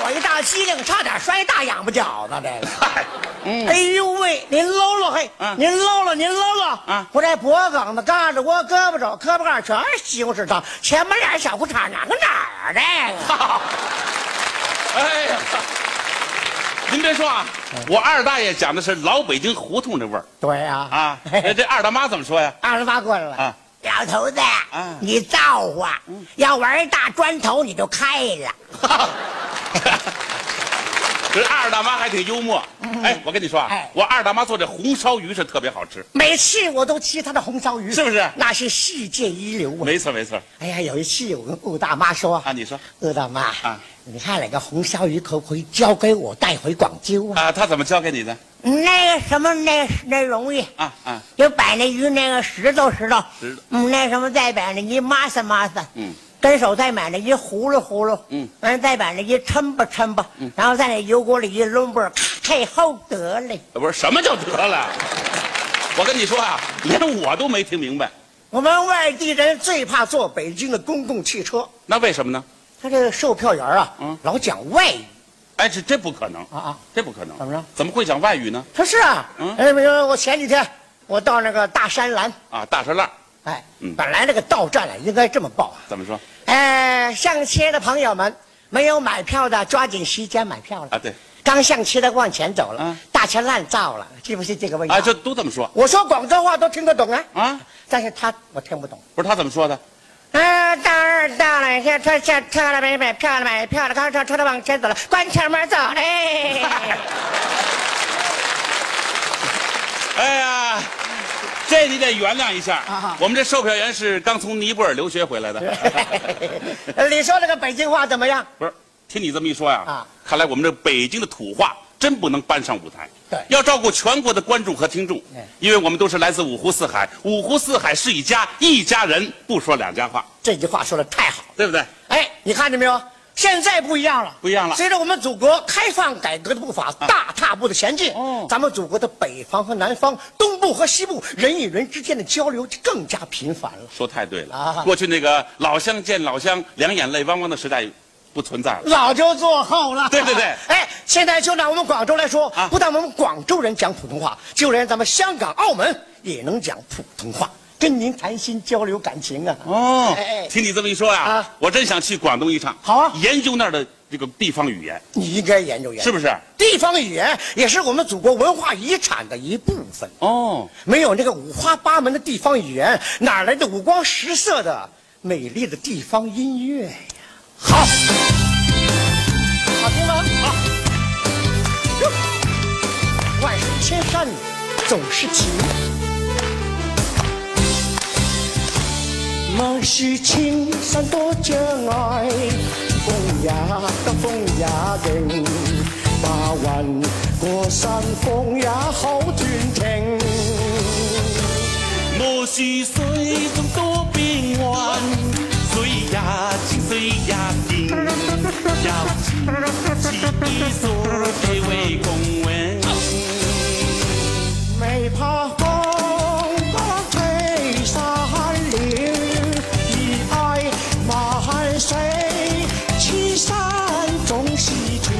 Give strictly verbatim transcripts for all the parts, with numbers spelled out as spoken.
我一大机灵，差点摔大仰巴饺子。这个， 嗨，嗯， 哎呦喂，您搂搂嘿， 嗯您搂搂，您搂搂啊！我这脖梗子、嘎子窝、胳膊肘、胳膊盖全是西红柿汤，前面脸小裤衩哪跟哪儿？这个，哎呀，您别说啊，我二大爷讲的是老北京胡同的味儿。 对呀， 啊，这二大妈怎么说呀？ 二十八过来了啊。 老头子， 啊、 你造化，嗯、要玩一大砖头你就开了。 这二大妈还挺幽默。嗯、哎，我跟你说啊，哎、我二大妈做这红烧鱼是特别好吃， 每次我都吃她的红烧鱼， 是不是？ 那是世界一流啊！ 没错没错。 哎呀，有一次我跟鄂大妈说啊，你说， 鄂大妈啊， 你看那个红烧鱼可不可以交给我带回广州啊？ 啊，他怎么交给你的？ 那个什么，那那容易啊啊， 就把那鱼那个石头石头， 石头， 嗯，那什么再把那一抹撒抹撒，嗯，跟手再把那一葫芦葫芦，嗯，完了再把那一抻吧抻吧，嗯，然后在那油锅里一抡吧，太后得了。 不是什么叫得了？我跟你说啊，连我都没听明白。 我们外地人最怕坐北京的公共汽车， 那为什么呢？ 他这个售票员啊，嗯，老讲外语。 哎，这这不可能啊啊！ 这不可能， 怎么着？ 怎么会讲外语呢？ 他是啊，嗯，哎，比如说我前几天我到那个大山栏啊，大山栏， 哎，嗯，本来那个到站了应该这么报啊， 怎么说？ 哎，上车的朋友们，没有买票的抓紧时间买票了啊！对， 刚上车的往前走了， 啊， 大车烂造了，是不是这个味道？ 啊，这都这么说。 我说广州话都听得懂啊， 啊， 但是他我听不懂。 不是他怎么说的？ 啊，到二到了，下车下车了，没买票了，买票了，刚上车的往前走了，关前门走嘞。 哎呀，这你得原谅一下， 啊、 我们这售票员是刚从尼泊尔留学回来的。 你说这个北京话怎么样？ 不是，听你这么一说呀， 啊， 看来我们这北京的土话真不能搬上舞台。 对， 要照顾全国的观众和听众，因为我们都是来自五湖四海，五湖四海是一家，一家人不说两家话。 这句话说的太好， 对不对？ 哎，你看见没有？现在不一样了， 不一样了。 随着我们祖国开放改革的步伐大踏步的前进，哦，咱们祖国的北方和南方、东部和西部人与人之间的交流就更加频繁了。 说太对了啊！过去那个老乡见老乡，两眼泪汪汪的时代不存在了， 早就落后了。 对对对， 哎，现在就拿我们广州来说， 啊， 不但我们广州人讲普通话，就连咱们香港、澳门也能讲普通话。跟您谈心交流感情啊！ 哦，哎哎，听你这么一说呀， 啊， 我真想去广东一趟。 好啊， 研究那儿的这个地方语言。 你应该研究研究， 是不是？ 地方语言也是我们祖国文化遗产的一部分。 哦， 没有这个五花八门的地方语言，哪来的五光十色的美丽的地方音乐呀？好，好听吗？好。万水千山总是情。满是青山多障礙，風也急風也勁，馬雲過山峰也好斷情。 無是水中多變幻，水也清水也甜，要似一所地為公園。 沒怕風光吹散了。水千山總是情，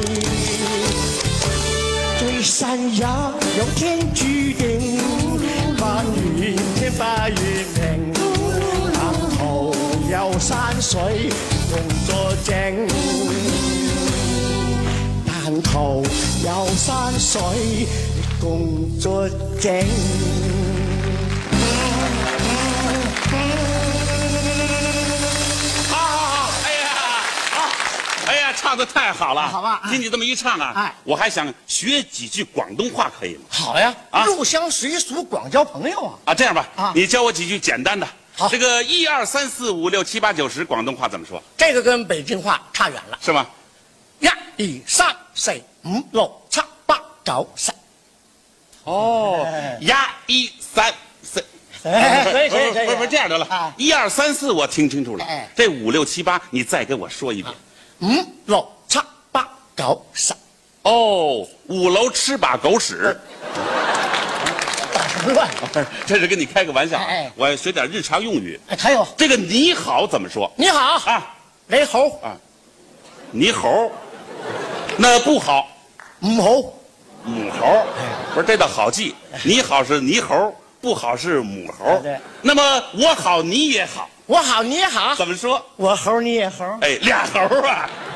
最山也有天注定，翻越天花越明，但求有山水共作證，但求有山水共作證。 唱得太好了， 好吧？ 听你这么一唱啊，哎，我还想学几句广东话，可以吗？ 好呀，啊，入乡随俗，广交朋友啊！ 啊，这样吧，啊，你教我几句简单的。 好， 这个一二三四五六七八九十，广东话怎么说？ 这个跟北京话差远了， 是吗？ 一、二、三、四、五、六、七、八、九、十。 哦，一、二、三、四。 哎，可以可以可以， 不是不是这样得了，一二三四我听清楚了，这五六七八你再给我说一遍。 五六七八九十。 哦，五楼吃把狗屎。 打什么乱？ 这是跟你开个玩笑。 哎， 我学点日常用语。 哎，还有这个你好怎么说？ 你好啊， 雷猴啊，猕猴。 那不好， 唔好。 母猴，不是这倒好记。你好是猕猴，不好是母猴。 对。 那么我好你也好， 我好你也好， 怎么说？ 我猴你也猴。 哎，俩猴啊！